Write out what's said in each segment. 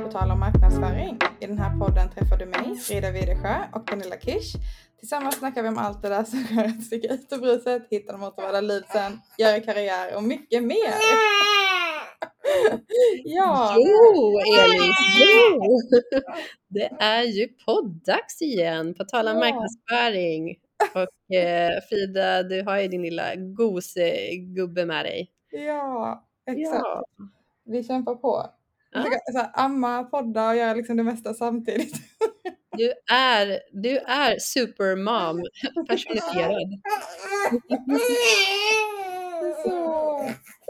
tal om marknadsföring. I den här podden träffar du mig, Frida Widesjö och Pernilla Kish. Tillsammans snackar vi om allt det där som gör att sticka ut ur bruset, hitta de återvärda livsen, göra karriär och mycket mer. Ja. Jo, Elin, jo! Det är ju poddags igen, på tal om marknadsföring. Och Frida, du har ju din lilla gosegubbe med dig. Ja, exakt. Ja. Vi kämpar på. Ja. Så här, amma, podda och göra liksom det mesta samtidigt. Du är supermom, personifierad. Så.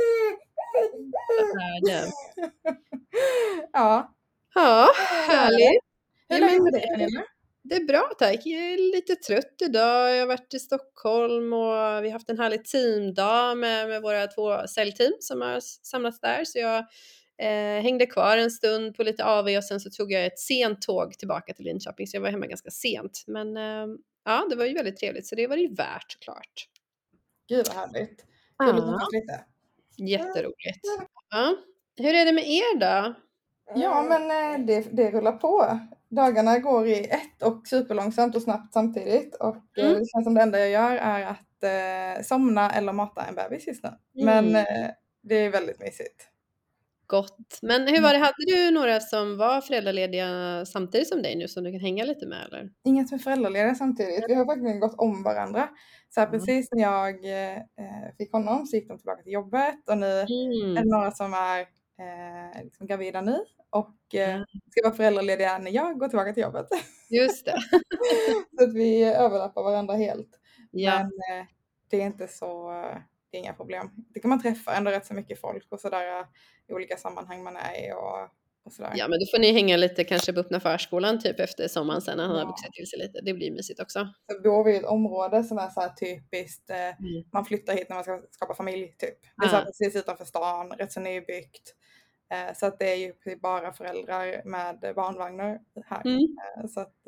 Ja. Ja, Härligt. hur är det med dig, Pernilla? Det är bra, tack. Jag är lite trött idag. Jag har varit i Stockholm och vi har haft en härlig teamdag med våra 2 säljteam som har samlats där. Så jag hängde kvar en stund på lite AV och sen så tog jag ett sent tåg tillbaka till Linköping. Så jag var hemma ganska sent. Men ja, det var ju väldigt trevligt, så det var ju värt såklart. Gud vad härligt. Kul att träffas lite. Jätteroligt. Ja. Hur är det med er då? Ja, men det rullar på. Dagarna går i ett och superlångsamt och snabbt samtidigt. Och det känns som det enda jag gör är att somna eller mata en bebis just nu. Men det är väldigt mysigt. Gott. Men hur var det? Hade du några som var föräldralediga samtidigt som dig nu som du kan hänga lite med, eller? Inga som är föräldralediga samtidigt. Vi har faktiskt gått om varandra. Så här, precis när jag fick honom så gick de tillbaka till jobbet. Och nu är det några som är liksom gravida nu. Och ska vara föräldralediga när jag går tillbaka till jobbet. Just det. Så att vi överlappar varandra helt. Ja. Men det är inte så, det är inga problem. Det kan man träffa ändå rätt så mycket folk och sådär i olika sammanhang man är i och sådär. Ja, men då får ni hänga lite kanske på öppna förskolan typ efter sommaren sen när han har vuxit till sig lite. Det blir mysigt också. Så bor vi i ett område som är så här typiskt, man flyttar hit när man ska skapa familj typ. Det är så här precis utanför stan, rätt så nybyggt. Så att det är ju bara föräldrar med barnvagnar här. Så att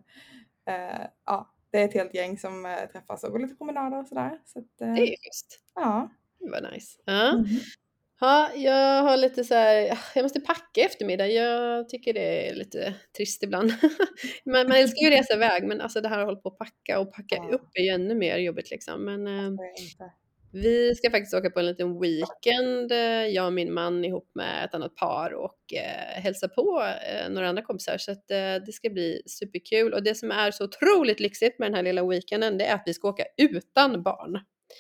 ja, det är ett helt gäng som träffas och går lite promenader och sådär. Så att, det är just. Ja. Det var nice. Ja. Ja, jag har lite så här, jag måste packa eftermiddag. Jag tycker det är lite trist ibland. Man älskar ju resa iväg, men alltså det här att hålla på att packa och packa upp är ju ännu mer jobbigt liksom. Men vi ska faktiskt åka på en liten weekend, jag och min man ihop med ett annat par och hälsa på några andra kompisar. Så att det ska bli superkul. Och det som är så otroligt lyxigt med den här lilla weekenden, det är att vi ska åka utan barn.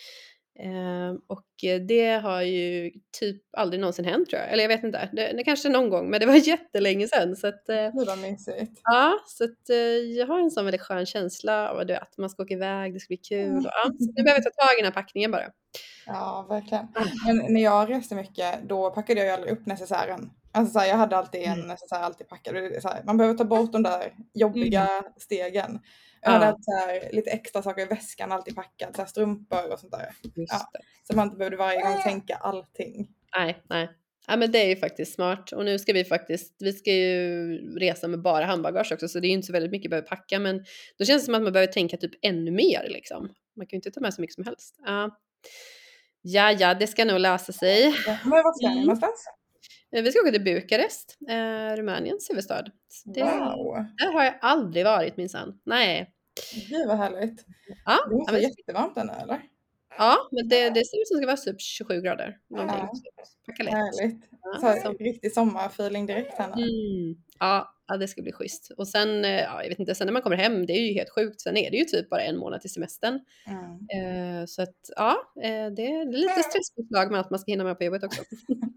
Och det har ju typ aldrig någonsin hänt, tror jag. Eller jag vet inte, det kanske någon gång, men det var jättelänge sedan. Så att, det var mysigt. Ja, så att jag har en sån väldigt skön känsla av att man ska åka iväg, det ska bli kul. Och, ja, så nu behöver jag ta tag i den här packningen bara. Ja, verkligen. Men när jag reste mycket, då packade jag ju aldrig upp necessären. Alltså så här, jag hade alltid en necessär, alltid packad. Så här, man behöver ta bort de där jobbiga stegen. Jag hade så här, lite extra saker i väskan, alltid packad. Så här, strumpor och sånt där. Så man inte behövde varje gång tänka allting. Nej. Ja, men det är ju faktiskt smart. Och nu ska vi ska ju resa med bara handbagage också. Så det är ju inte så väldigt mycket behöver packa. Men då känns det som att man behöver tänka typ ännu mer liksom. Man kan ju inte ta med så mycket som helst. Ja, det ska nog lösa sig. Men vad ska ni någonstans? Vi ska åka till Bukarest, Rumäniens huvudstad. Wow. Där har jag aldrig varit minsann. Nej. Gud vad härligt. Ja, det måste vara jättevarmt än, eller? Ja, men det ser ut som det ska vara typ 27 grader. Någonting. Härligt. Så riktig sommarfeeling direkt här nu. Ja, det ska bli schysst. Och sen, jag vet inte, sen när man kommer hem, det är ju helt sjukt. Sen är det ju typ bara 1 månad till semestern. Så att, det är lite stresspåslag med att man ska hinna med på jobbet också.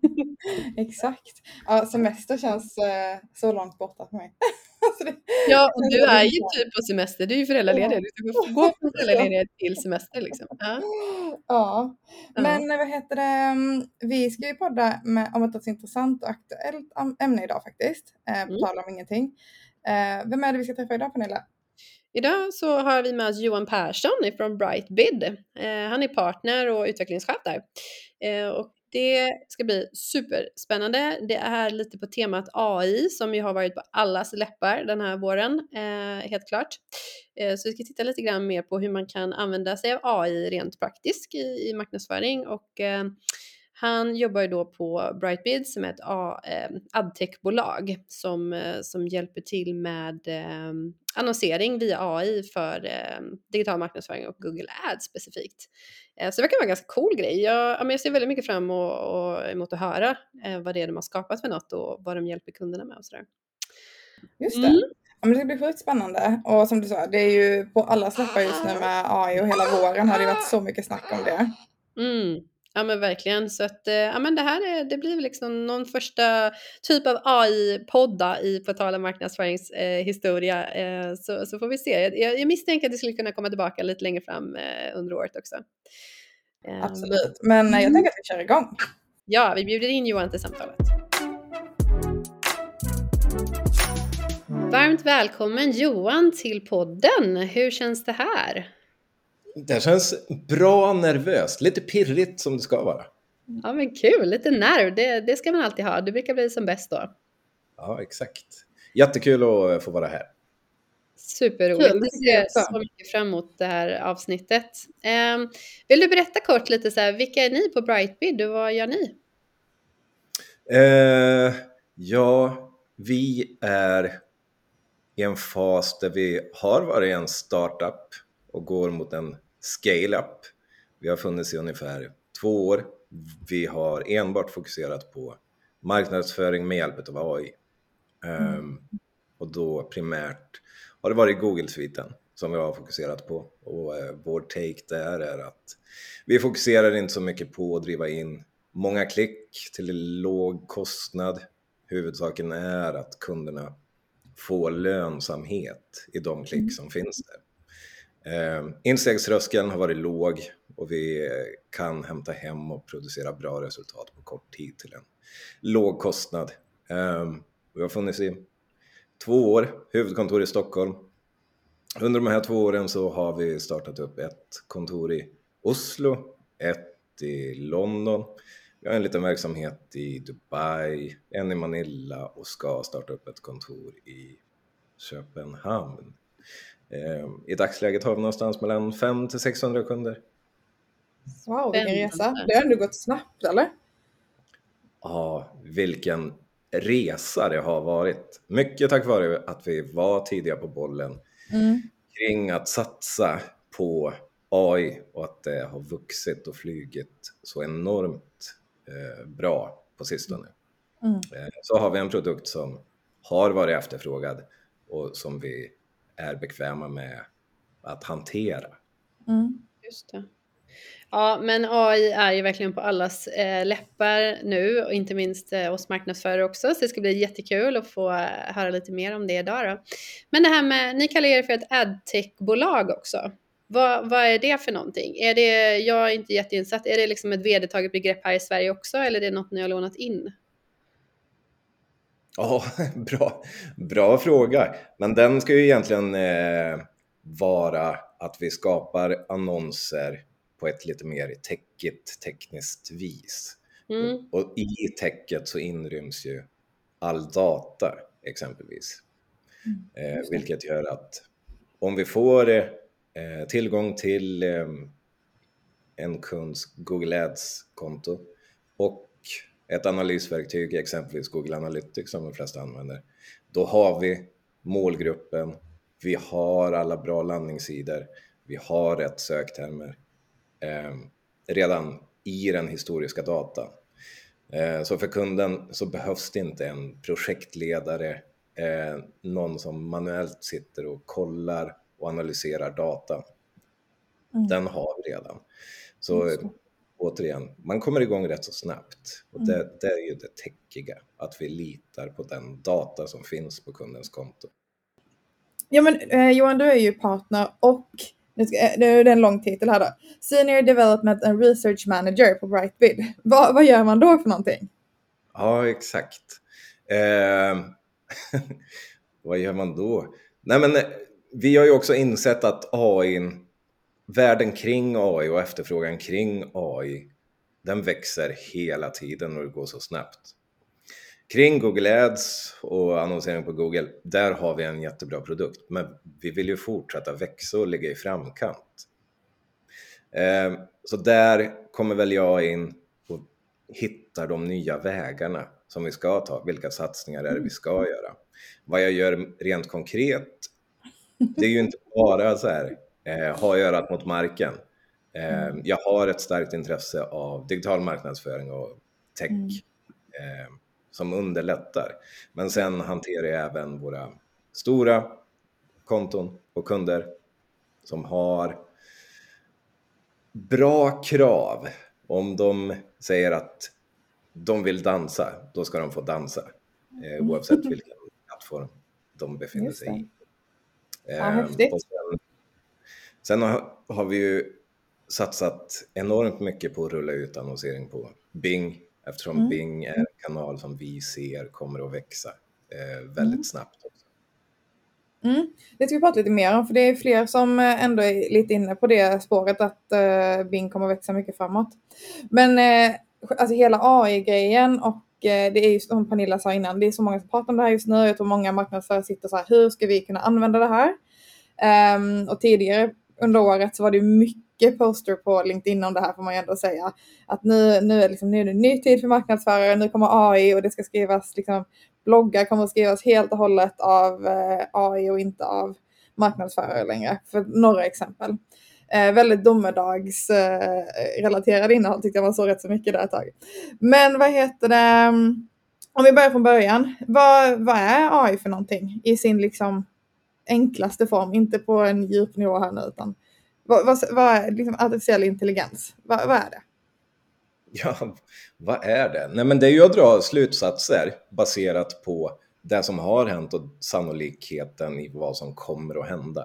Exakt. Ja, semester känns så långt borta för mig. Ja, och du är ju typ på semester. Du är ju föräldraledig. Du ska gå på föräldraledighet till semester liksom. Ja. Men vad heter det? Vi ska ju podda om ett intressant och aktuellt ämne idag faktiskt. På tal om ingenting. Vem är det vi ska träffa idag, Pernilla? Idag så har vi med oss Johan Persson från Brightbid. Han är partner och utvecklingschef där. Och det ska bli superspännande. Det är lite på temat AI som ju har varit på allas läppar den här våren, helt klart. Så vi ska titta lite grann mer på hur man kan använda sig av AI rent praktiskt i marknadsföring. Och Han jobbar ju då på Brightbid som är ett adtech-bolag som hjälper till med annonsering via AI för digital marknadsföring och Google Ads specifikt. Så det verkar vara en ganska cool grej. Jag ser väldigt mycket fram emot att höra vad det är de har skapat för något och vad de hjälper kunderna med och sådär. Just det. Ja, men det blir sjukt spännande. Och som du sa, det är ju på alla släppar just nu med AI och hela våren har det varit så mycket snack om det. Ja men verkligen, så att ja men det blir väl liksom någon första typ av AI-podda i portala marknadsföringshistoria, så får vi se. Jag misstänker att det skulle kunna komma tillbaka lite längre fram under året också. Absolut, men jag tänker att vi kör igång. Ja, vi bjuder in Johan till samtalet. Varmt välkommen Johan till podden. Hur känns det här? Det känns bra nervöst, lite pirrigt som det ska vara. Ja men kul, lite nerv, det ska man alltid ha. Det brukar bli som bäst då. Ja, exakt. Jättekul att få vara här. Superroligt. Jag ser så mycket fram emot det här avsnittet. Vill du berätta kort lite så här, vilka är ni på Brightbid och vad gör ni? Ja, vi är i en fas där vi har varit en startup och går mot en scale-up. Vi har funnits i ungefär 2 år. Vi har enbart fokuserat på marknadsföring med hjälp av AI. Och då primärt har det varit Google-sviten som vi har fokuserat på. Och vår take där är att vi fokuserar inte så mycket på att driva in många klick till låg kostnad. Huvudsaken är att kunderna får lönsamhet i de klick som finns där. Instegströskeln har varit låg och vi kan hämta hem och producera bra resultat på kort tid till en låg kostnad. Vi har funnits i 2 år, huvudkontor i Stockholm. Under de här 2 åren så har vi startat upp ett kontor i Oslo, ett i London. Vi har en liten verksamhet i Dubai, en i Manila och ska starta upp ett kontor i Köpenhamn. I dagsläget har vi någonstans mellan 500-600 kunder. Wow, vilken resa. Det har ändå gått snabbt, eller? Ja, vilken resa det har varit. Mycket tack vare att vi var tidiga på bollen kring att satsa på AI och att det har vuxit och flugit så enormt bra på sistone. Så har vi en produkt som har varit efterfrågad och som vi är bekväma med att hantera. Just det. Ja, men AI är ju verkligen på allas läppar nu och inte minst oss marknadsförare också. Så det ska bli jättekul att få höra lite mer om det idag då. Men det här med, ni kallar er för ett adtech-bolag också. Vad är det för någonting? Jag är inte jätteinsatt. Är det liksom ett vedertaget begrepp här i Sverige också eller är det något ni har lånat in? Ja, bra fråga. Men den ska ju egentligen vara att vi skapar annonser på ett lite mer tekniskt vis. Och i techet så inryms ju all data exempelvis. Vilket gör att om vi får tillgång till en kunds Google Ads-konto och ett analysverktyg, exempelvis Google Analytics som de flesta använder, då har vi målgruppen, vi har alla bra landningssidor, vi har rätt söktermer redan i den historiska datan. Så för kunden så behövs det inte en projektledare, någon som manuellt sitter och kollar och analyserar data. Den har vi redan. Så återigen, man kommer igång rätt så snabbt. Och det är ju det techiga, att vi litar på den data som finns på kundens konto. Ja men Johan, du är ju partner och det är en lång titel här då. Senior Development and Research Manager på Brightbid. Vad gör man då för någonting? Ja, exakt. Vad gör man då? Nej men vi har ju också insett att världen kring AI och efterfrågan kring AI, den växer hela tiden och det går så snabbt. Kring Google Ads och annonsering på Google, där har vi en jättebra produkt. Men vi vill ju fortsätta växa och ligga i framkant. Så där kommer väl jag in och hittar de nya vägarna som vi ska ta. Vilka satsningar är det vi ska göra? Vad jag gör rent konkret, det är ju inte bara så här, ha örat mot marken. Jag har ett starkt intresse av digital marknadsföring och tech som underlättar. Men sen hanterar jag även våra stora konton och kunder som har bra krav. Om de säger att de vill dansa, då ska de få dansa. Oavsett vilken plattform de befinner sig i. Ja, häftigt. Och sen har vi ju satsat enormt mycket på att rulla ut annonsering på Bing. Eftersom Bing är en kanal som vi ser kommer att växa väldigt snabbt. Det ska vi prata lite mer om, för det är fler som ändå är lite inne på det spåret att Bing kommer växa mycket framåt. Men alltså hela AI-grejen och det är ju som Pernilla sa innan, det är så många som pratar om det här just nu. Jag tror många marknadsförare sitter så här, hur ska vi kunna använda det här? Och tidigare under året så var det mycket poster på LinkedIn om det här, får man ju ändå säga. Att nu är det en ny tid för marknadsförare, nu kommer AI och det ska skrivas liksom, bloggar kommer att skrivas helt och hållet av AI och inte av marknadsförare längre. För några exempel. Väldigt domedagsrelaterade innehåll tyckte jag man såg rätt så mycket där ett tag. Men vad heter det? Om vi börjar från början. Vad är AI för någonting i sin liksom enklaste form? Inte på en djup nivå här nu, utan vad är liksom artificiell intelligens? Vad är det? Ja, vad är det? Nej, men det är ju att dra slutsatser baserat på det som har hänt och sannolikheten i vad som kommer att hända.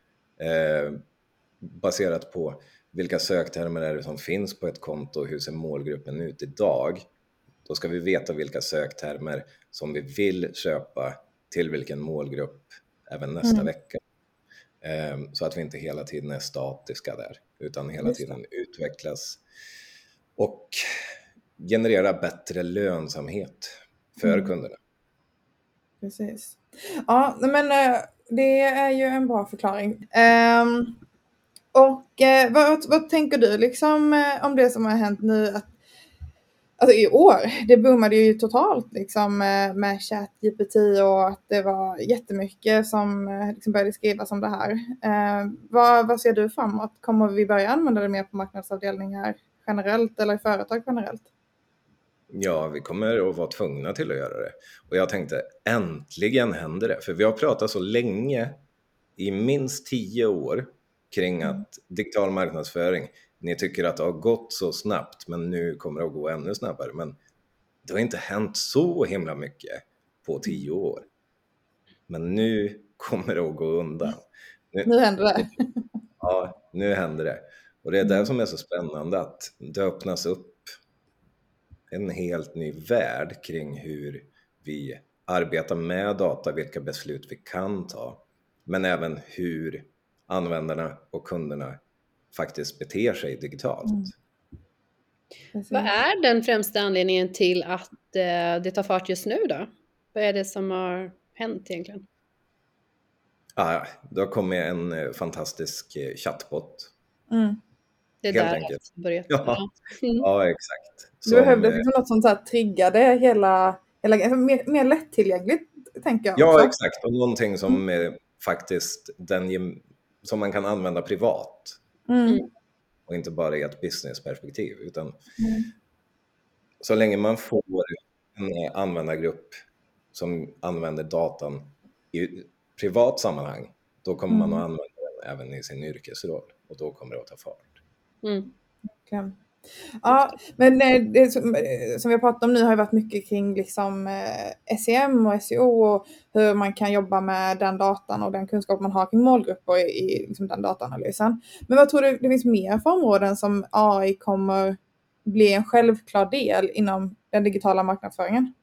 Baserat på vilka söktermer är det som finns på ett konto och hur ser målgruppen ut idag. Då ska vi veta vilka söktermer som vi vill köpa till vilken målgrupp även nästa vecka. Så att vi inte hela tiden är statiska där, utan hela tiden utvecklas och generera bättre lönsamhet för kunderna. Precis. Ja, men det är ju en bra förklaring. Vad tänker du liksom om det som har hänt nu? Alltså i år, det boomade ju totalt liksom med ChatGPT och att det var jättemycket som liksom började skrivas om det här. Vad ser du framåt? Kommer vi börja använda det mer på marknadsavdelningar generellt eller i företag generellt? Ja, vi kommer att vara tvungna till att göra det. Och jag tänkte, äntligen händer det. För vi har pratat så länge, i minst 10 år, kring att digital marknadsföring, ni tycker att det har gått så snabbt, men nu kommer det att gå ännu snabbare. Men det har inte hänt så himla mycket på 10 år. Men nu kommer det att gå undan. Nu händer det. Ja, nu händer det. Och det är det som är så spännande, att det öppnas upp en helt ny värld kring hur vi arbetar med data, vilka beslut vi kan ta, men även hur användarna och kunderna faktiskt beter sig digitalt. Vad är den främsta anledningen till att det tar fart just nu då? Vad är det som har hänt egentligen? Det har kommit en fantastisk chatbot. Det är helt där enkelt. det börjat. Ja, exakt. Du behövde liksom något sånt här triggade hela mer lättillgängligt, tänker jag. Ja, också. exakt. Och någonting som faktiskt som man kan använda privat. Och inte bara i ett businessperspektiv, utan så länge man får en användargrupp som använder datan i privat sammanhang, då kommer man att använda den även i sin yrkesroll, och då kommer det att ta fart. Okay. Ja, men det som vi har pratat om nu har ju varit mycket kring liksom SEM och SEO och hur man kan jobba med den datan och den kunskap man har kring målgrupper i liksom den dataanalysen. Men vad tror du det finns mer för områden som AI kommer bli en självklar del inom den digitala marknadsföringen?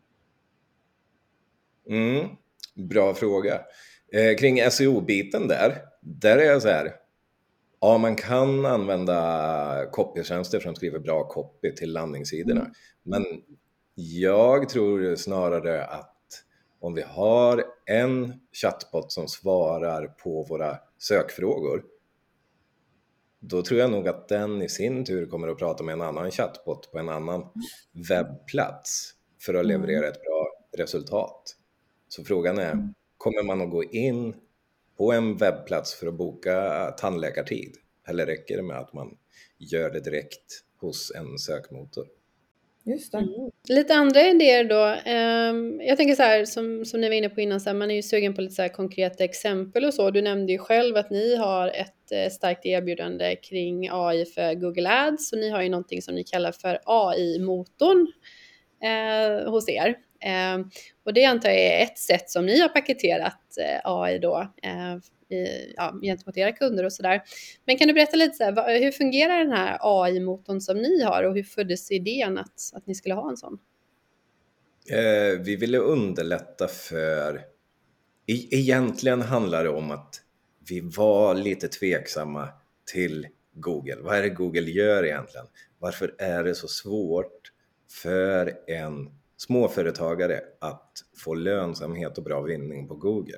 Bra fråga. Kring SEO-biten där är jag så här. Ja, man kan använda copytjänster som skriver bra copy till landningssidorna. Men jag tror snarare att om vi har en chatbot som svarar på våra sökfrågor, då tror jag nog att den i sin tur kommer att prata med en annan chatbot på en annan webbplats för att leverera ett bra resultat. Så frågan är, kommer man att gå in på en webbplats för att boka tandläkartid? Eller räcker det med att man gör det direkt hos en sökmotor? Just det. Lite andra idéer då. Jag tänker så här, som ni var inne på innan, så här, man är ju sugen på lite så här konkreta exempel och så. Du nämnde ju själv att ni har ett starkt erbjudande kring AI för Google Ads. Och ni har ju någonting som ni kallar för AI-motorn hos er. Och det antar jag är ett sätt som ni har paketerat AI då gentemot era kunder och sådär. Men kan du berätta lite så här, hur fungerar den här AI-motorn som ni har och hur föddes idén att ni skulle ha en sån? Vi ville underlätta för... Egentligen handlar det om att vi var lite tveksamma till Google. Vad är det Google gör egentligen? Varför är det så svårt för en småföretagare att få lönsamhet och bra vinning på Google?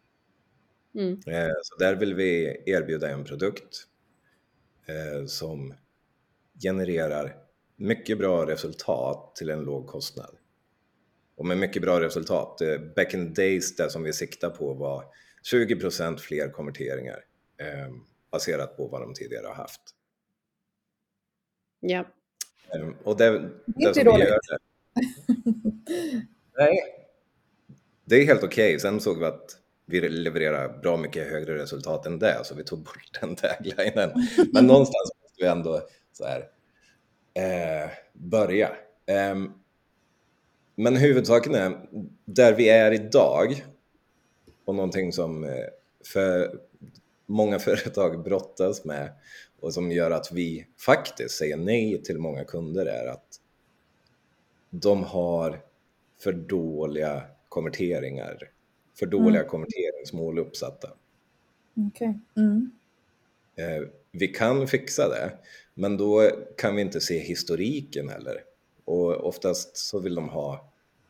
Så där vill vi erbjuda en produkt som genererar mycket bra resultat till en låg kostnad. Och med mycket bra resultat, back in the days, det som vi siktar på var 20% fler konverteringar baserat på vad de tidigare har haft. Ja. Och det som vi gör det. Nej, det är helt okej. Sen såg vi att vi levererar bra mycket högre resultat än det, så vi tog bort den taglinen. Men någonstans måste vi ändå så här, börja. Men huvudsaken är där vi är idag, och någonting som för många företag brottas med och som gör att vi faktiskt säger nej till många kunder, är att de har för dåliga konverteringar, för dåliga konverteringsmål uppsatta. Okay. Vi kan fixa det, men då kan vi inte se historiken heller. Och oftast så vill de ha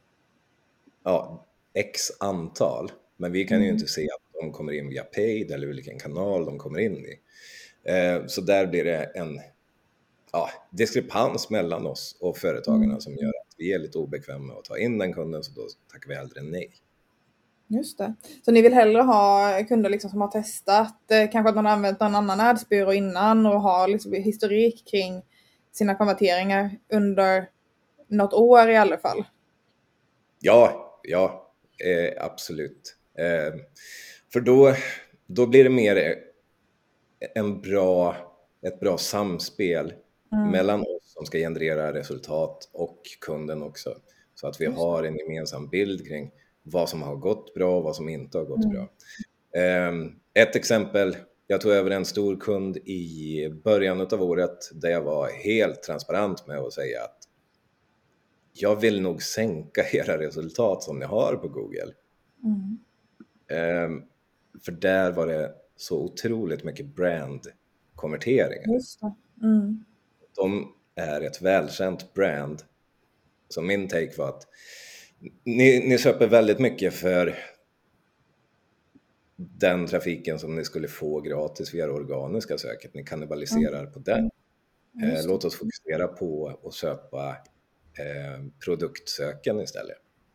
x antal, men vi kan ju inte se att de kommer in via paid eller vilken kanal de kommer in i. Så där blir det en diskrepans mellan oss och företagarna som gör att vi är lite obekväma med att ta in den kunden, så då tackar vi hellre nej. Just det. Så ni vill hellre ha kunder liksom som har testat, kanske att man har använt någon annan adsbyrå innan och har liksom historik kring sina konverteringar under något år i alla fall? Ja, absolut. För då blir det mer ett bra samspel mellan oss som ska generera resultat och kunden också. Så att vi har en gemensam bild kring vad som har gått bra och vad som inte har gått bra. Ett exempel, jag tog över en stor kund i början av året där jag var helt transparent med att säga att jag vill nog sänka era resultat som ni har på Google. För där var det så otroligt mycket brand-konverteringar. Just det. De är ett välkänt brand. Så min take var att ni köper väldigt mycket för den trafiken som ni skulle få gratis via organiska söket. Ni kannibaliserar på den. Låt oss fokusera på att köpa produktsöken istället.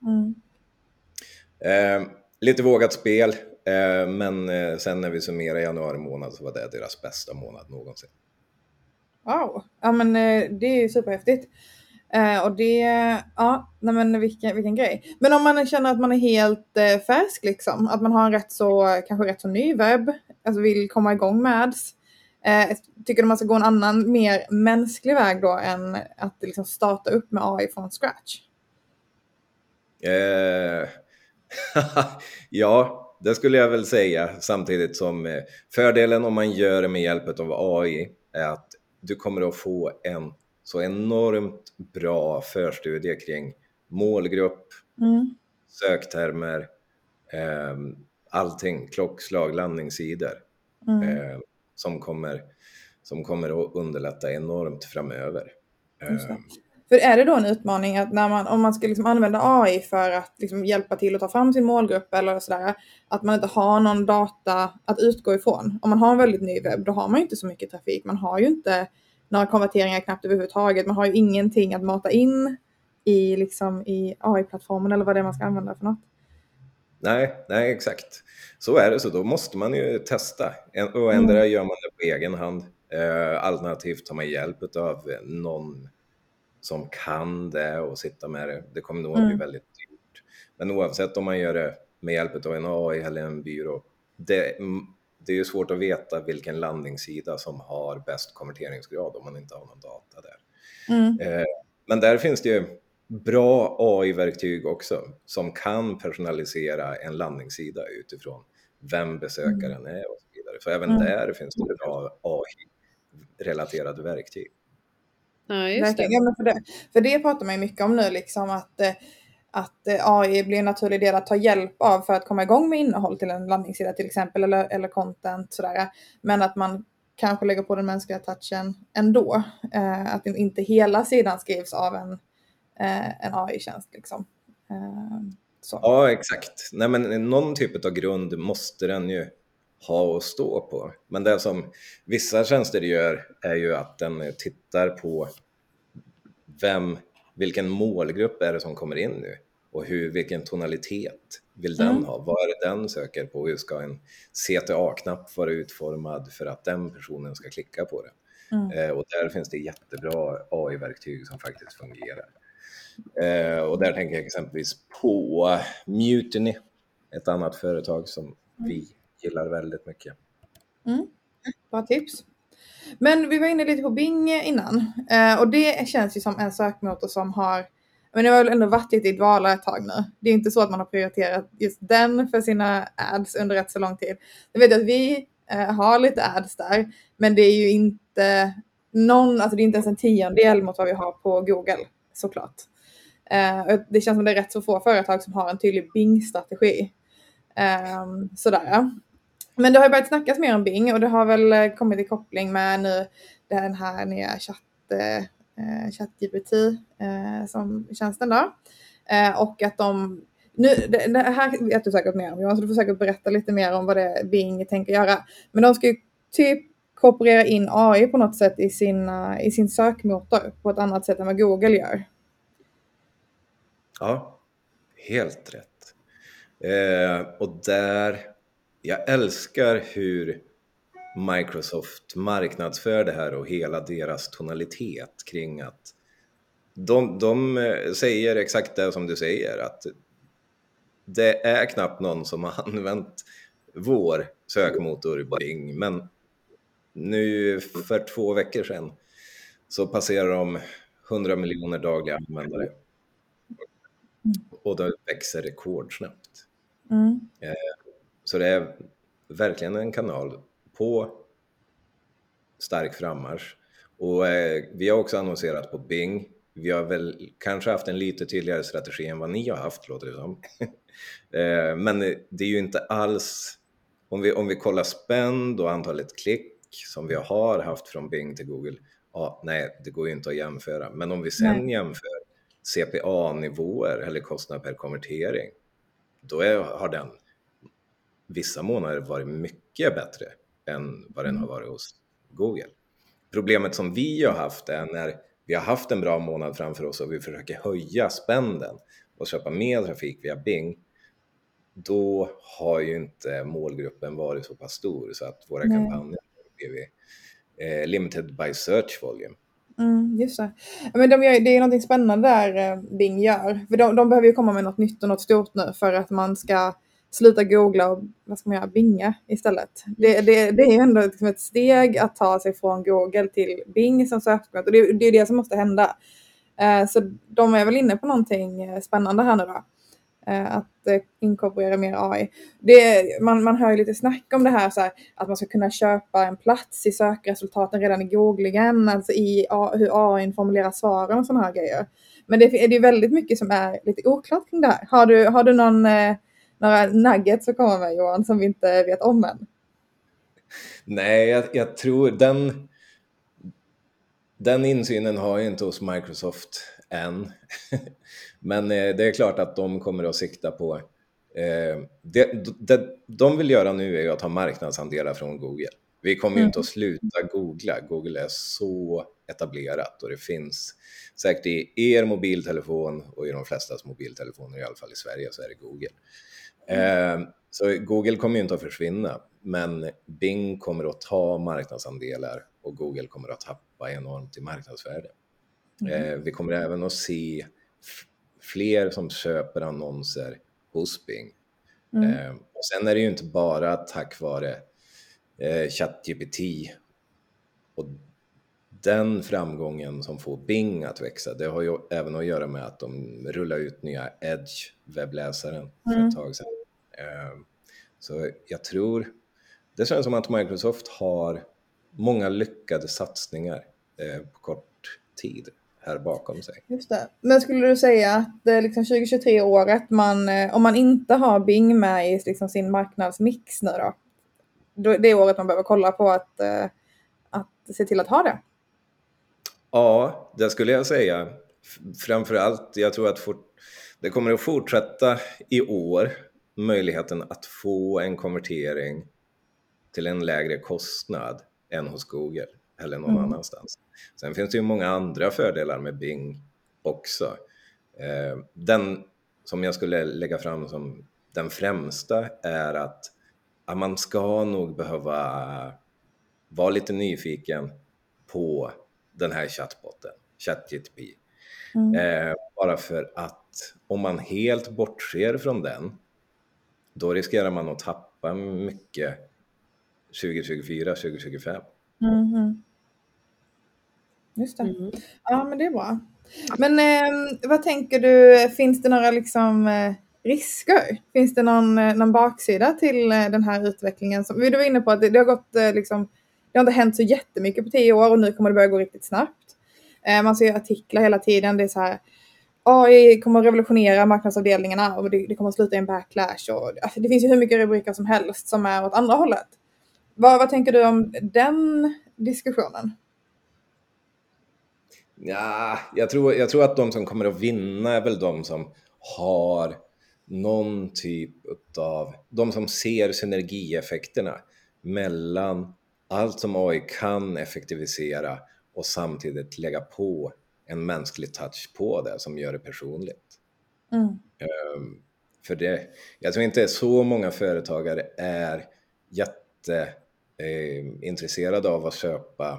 Lite vågat spel, men sen när vi summerar januari månad så var det deras bästa månad någonsin. Wow, ja men det är ju superhäftigt. Och det, men vilken grej. Men om man känner att man är helt färsk liksom, att man har en kanske rätt så ny webb, alltså vill komma igång med ads. Tycker du man ska gå en annan, mer mänsklig väg då än att liksom starta upp med AI från scratch? Ja, det skulle jag väl säga, samtidigt som fördelen om man gör det med hjälp av AI är att du kommer att få en så enormt bra förstudie kring målgrupp, söktermer, allting, klockslag, landningssidor som kommer att underlätta enormt framöver. För är det då en utmaning att om man ska liksom använda AI för att liksom hjälpa till att ta fram sin målgrupp eller sådär, att man inte har någon data att utgå ifrån. Om man har en väldigt ny webb, då har man ju inte så mycket trafik. Man har ju inte några konverteringar knappt överhuvudtaget. Man har ju ingenting att mata in i AI-plattformen eller vad det är man ska använda för något. Nej, exakt. Så är det, så då måste man ju testa. Och ändra gör man det på egen hand. Alternativt tar man hjälp av någon som kan det och sitta med det. Det kommer nog att bli väldigt dyrt. Men oavsett om man gör det med hjälp av en AI eller en byrå, det är ju svårt att veta vilken landningssida som har bäst konverteringsgrad om man inte har någon data där. Men där finns det ju bra AI-verktyg också som kan personalisera en landningssida utifrån vem besökaren är och så vidare. Så även där finns det bra AI-relaterade verktyg. Ja, just det. Ja, men för det pratar man ju mycket om nu, liksom att AI blir en naturlig del att ta hjälp av för att komma igång med innehåll till en landningssida till exempel, eller content sådär. Men att man kanske lägger på den mänskliga touchen ändå. Att inte hela sidan skrivs av en AI-tjänst liksom. Så. Ja, exakt. Nej, men någon typ av grund måste den ju ha att stå på. Men det som vissa tjänster gör är ju att den tittar på vilken målgrupp är det som kommer in nu och vilken tonalitet vill den ha, vad är det den söker på, hur ska en CTA-knapp vara utformad för att den personen ska klicka på den. Och där finns det jättebra AI-verktyg som faktiskt fungerar. Och där tänker jag exempelvis på Mutiny, ett annat företag som vi gillar väldigt mycket. Bra tips. Men vi var inne lite på Bing innan. Och det känns ju som en sökmotor som har... Men det har väl ändå varit lite i dvala ett tag nu. Det är inte så att man har prioriterat just den för sina ads under rätt så lång tid. Jag vet att vi har lite ads där. Men det är ju inte det är inte ens en 10% mot vad vi har på Google, såklart. Det känns som det är rätt så få företag som har en tydlig Bing-strategi. Sådär. Men det har ju börjat snackas mer om Bing och det har väl kommit i koppling med nu den här nya ChatGPT som tjänsten då. Och att det här vet du säkert mer om, Johan, så du får säkert berätta lite mer om vad det Bing tänker göra. Men de ska ju typ korporera in AI på något sätt i sin sökmotor på ett annat sätt än vad Google gör. Ja, helt rätt. Och jag älskar hur Microsoft marknadsför det här och hela deras tonalitet kring att de säger exakt det som du säger, att det är knappt någon som har använt vår sökmotor Bing, men nu för 2 veckor sedan så passerar de 100 miljoner dagliga användare. Och det växer rekordsnabbt. Så det är verkligen en kanal på stark frammarsch. Och vi har också annonserat på Bing. Vi har väl kanske haft en lite tydligare strategi än vad ni har haft, låter det som. Men det är ju inte alls... Om vi kollar spend och antalet klick som vi har haft från Bing till Google. Ja, nej, det går ju inte att jämföra. Men om vi sen jämför CPA-nivåer eller kostnad per konvertering, då har den vissa månader varit mycket bättre än vad den har varit hos Google. Problemet som vi har haft är när vi har haft en bra månad framför oss och vi försöker höja spenden och köpa mer trafik via Bing, då har ju inte målgruppen varit så pass stor så att våra kampanjer har blivit limited by search volume. Just det. Men det är någonting spännande där Bing gör. För de behöver ju komma med något nytt och något stort nu för att man ska sluta googla och vad ska man göra, Binga istället. Det är ju ändå liksom ett steg att ta sig från Google till Bing som sökmotor. Och det är det som måste hända. Så de är väl inne på någonting spännande här nu då. Att inkorporera mer AI. Man hör ju lite snack om det här, så här att man ska kunna köpa en plats i sökresultaten redan i googlingen, alltså i hur AI formulerar svaren och sådana här grejer. Men det är väldigt mycket som är lite oklart kring det här. Har du några nuggets att komma med, Johan, som vi inte vet om än? Nej, jag tror den insynen har ju inte hos Microsoft än. Men det är klart att de kommer att sikta på... Det de vill göra nu är ju att ta marknadsandelar från Google. Vi kommer ju inte att sluta googla. Google är så etablerat och det finns säkert i er mobiltelefon och i de flestas mobiltelefoner, i alla fall i Sverige, så är det Google. Så Google kommer ju inte att försvinna, men Bing kommer att ta marknadsandelar och Google kommer att tappa enormt i marknadsvärde. Vi kommer även att se fler som köper annonser hos Bing. Och sen är det ju inte bara tack vare ChatGPT och den framgången som får Bing att växa. Det har ju även att göra med att de rullar ut nya Edge-webbläsaren för ett tag sedan. Så jag tror, det känns som att Microsoft har många lyckade satsningar på kort tid här bakom sig. Just det. Men skulle du säga att liksom 2023 året, om man inte har Bing med i liksom sin marknadsmix nu då, det är året man behöver kolla på att se till att ha det? Ja, det skulle jag säga. Framförallt, jag tror att det kommer att fortsätta i år, möjligheten att få en konvertering till en lägre kostnad än hos Google eller någon annanstans. Sen finns det ju många andra fördelar med Bing också. Den som jag skulle lägga fram som den främsta är att man ska nog behöva vara lite nyfiken på den här chatbotten, ChatGPT. Bara för att om man helt bortser från den, då riskerar man att tappa mycket 2024, 2025. Just det. Ja, men det är bra. Men vad tänker du, finns det några liksom risker? Finns det någon baksida till den här utvecklingen? Som vi var inne på att det har gått liksom, det har inte hänt så jättemycket på 10 år och nu kommer det börja gå riktigt snabbt. Man ser artiklar hela tiden, det är så här, AI kommer att revolutionera marknadsavdelningarna och det kommer att sluta i en backlash. Och, alltså, det finns ju hur mycket rubriker som helst som är åt andra hållet. Vad tänker du om den diskussionen? Ja, jag tror att de som kommer att vinna är väl de som har någon typ av, de som ser synergieffekterna mellan allt som AI kan effektivisera och samtidigt lägga på en mänsklig touch på det som gör det personligt. För det, jag tror inte så många företagare är intresserade av att köpa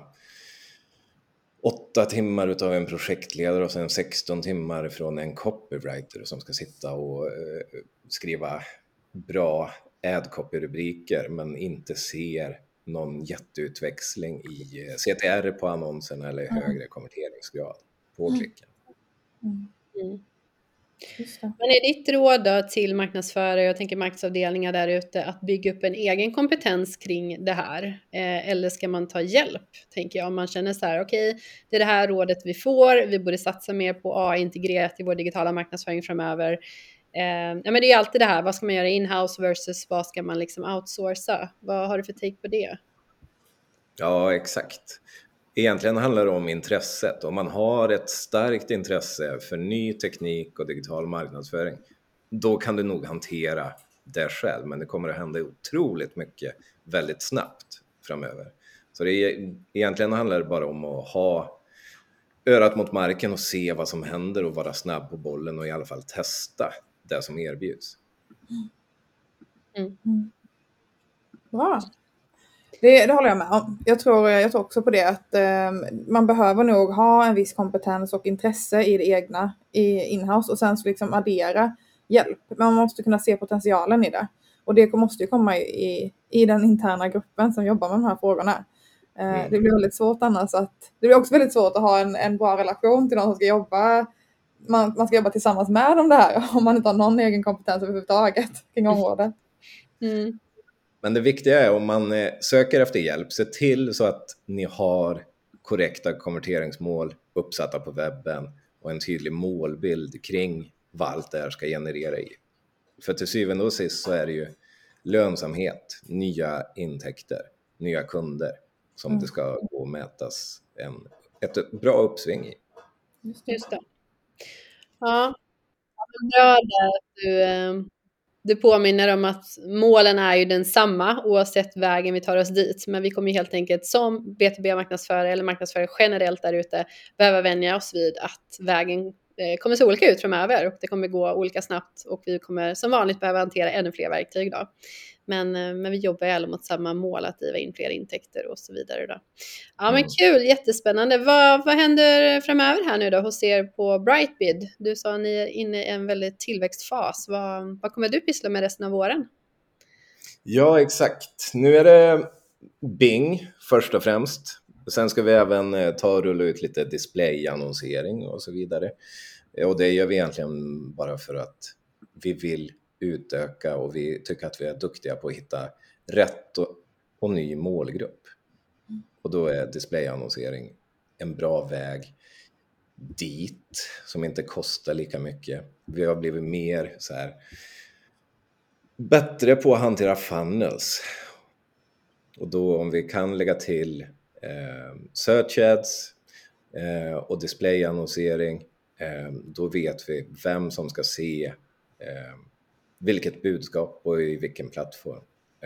8 timmar utav en projektledare och sen 16 timmar från en copywriter som ska sitta och skriva bra ad-copy-rubriker men inte ser någon jätteutväxling i CTR på annonserna eller högre konverteringsgrad på klicken. Men är ditt råd då till marknadsförare, jag tänker marknadsavdelningar där ute, att bygga upp en egen kompetens kring det här? Eller ska man ta hjälp, tänker jag, om man känner så här, okej, det är det här rådet vi får, vi borde satsa mer på AI integrerat i vår digitala marknadsföring framöver. Ja, men det är alltid det här, vad ska man göra in-house versus vad ska man liksom outsourca? Vad har du för take på det? Ja, exakt. Egentligen handlar det om intresset. Om man har ett starkt intresse för ny teknik och digital marknadsföring, då kan du nog hantera det själv. Men det kommer att hända otroligt mycket väldigt snabbt framöver. Så egentligen handlar det bara om att ha örat mot marken och se vad som händer och vara snabb på bollen och i alla fall testa det som erbjuds. Bra. Det håller jag med om. Jag tror också på det att man behöver nog ha en viss kompetens och intresse i det egna i inhouse och sen så liksom addera hjälp. Men man måste kunna se potentialen i det. Och det måste ju komma i den interna gruppen som jobbar med de här frågorna. Det blir väldigt svårt annars det blir också väldigt svårt att ha en bra relation till någon som ska jobba. Man ska jobba tillsammans med dem där om man inte har någon egen kompetens överhuvudtaget kring området. Men det viktiga är om man söker efter hjälp, se till så att ni har korrekta konverteringsmål uppsatta på webben och en tydlig målbild kring vad allt det här ska generera i. För till syvende och sist så är det ju lönsamhet, nya intäkter, nya kunder som det ska gå och mätas ett bra uppsving i. Just det. Ja, bra där att du påminner om att målen är ju densamma oavsett vägen vi tar oss dit. Men vi kommer helt enkelt som B2B-marknadsförare eller marknadsförare generellt där ute behöva vänja oss vid att vägen kommer se olika ut framöver och det kommer gå olika snabbt och vi kommer som vanligt behöva hantera ännu fler verktyg då. Men vi jobbar ju alla mot samma mål att driva in fler intäkter och så vidare då. Ja men kul, jättespännande. Vad händer framöver här nu då hos er på Brightbid? Du sa att ni är inne i en väldigt tillväxtfas. Vad kommer du pyssla med resten av våren? Ja, exakt. Nu är det Bing först och främst. Sen ska vi även ta och rulla ut lite displayannonsering och så vidare. Och det gör vi egentligen bara för att vi vill utöka och vi tycker att vi är duktiga på att hitta rätt och ny målgrupp. Och då är displayannonsering en bra väg dit som inte kostar lika mycket. Vi har blivit mer så här bättre på att hantera funnels. Och då om vi kan lägga till search ads och displayannonsering, då vet vi vem som ska se vilket budskap och i vilken plattform.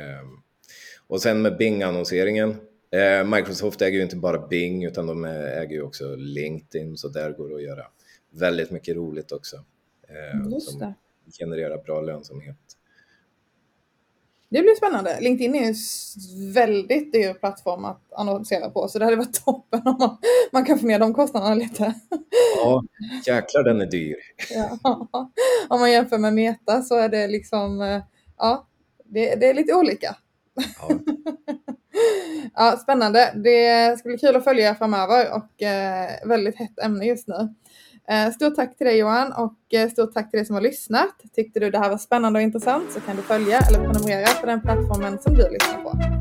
Och sen med Bing-annonseringen, Microsoft äger ju inte bara Bing utan de äger ju också LinkedIn, så där går det att göra väldigt mycket roligt också. Just det. Som genererar bra lönsamhet. Det blir spännande. LinkedIn är en väldigt dyr plattform att annonsera på. Så det hade varit toppen om man kan få ner de kostnaderna lite. Ja, jäklar den är dyr. Ja. Om man jämför med Meta så är det liksom, ja, det är lite olika. Ja. Ja, spännande. Det ska bli kul att följa framöver och väldigt hett ämne just nu. Stort tack till dig Johan och stort tack till dig som har lyssnat. Tyckte du det här var spännande och intressant så kan du följa eller prenumerera på den plattformen som du lyssnar på.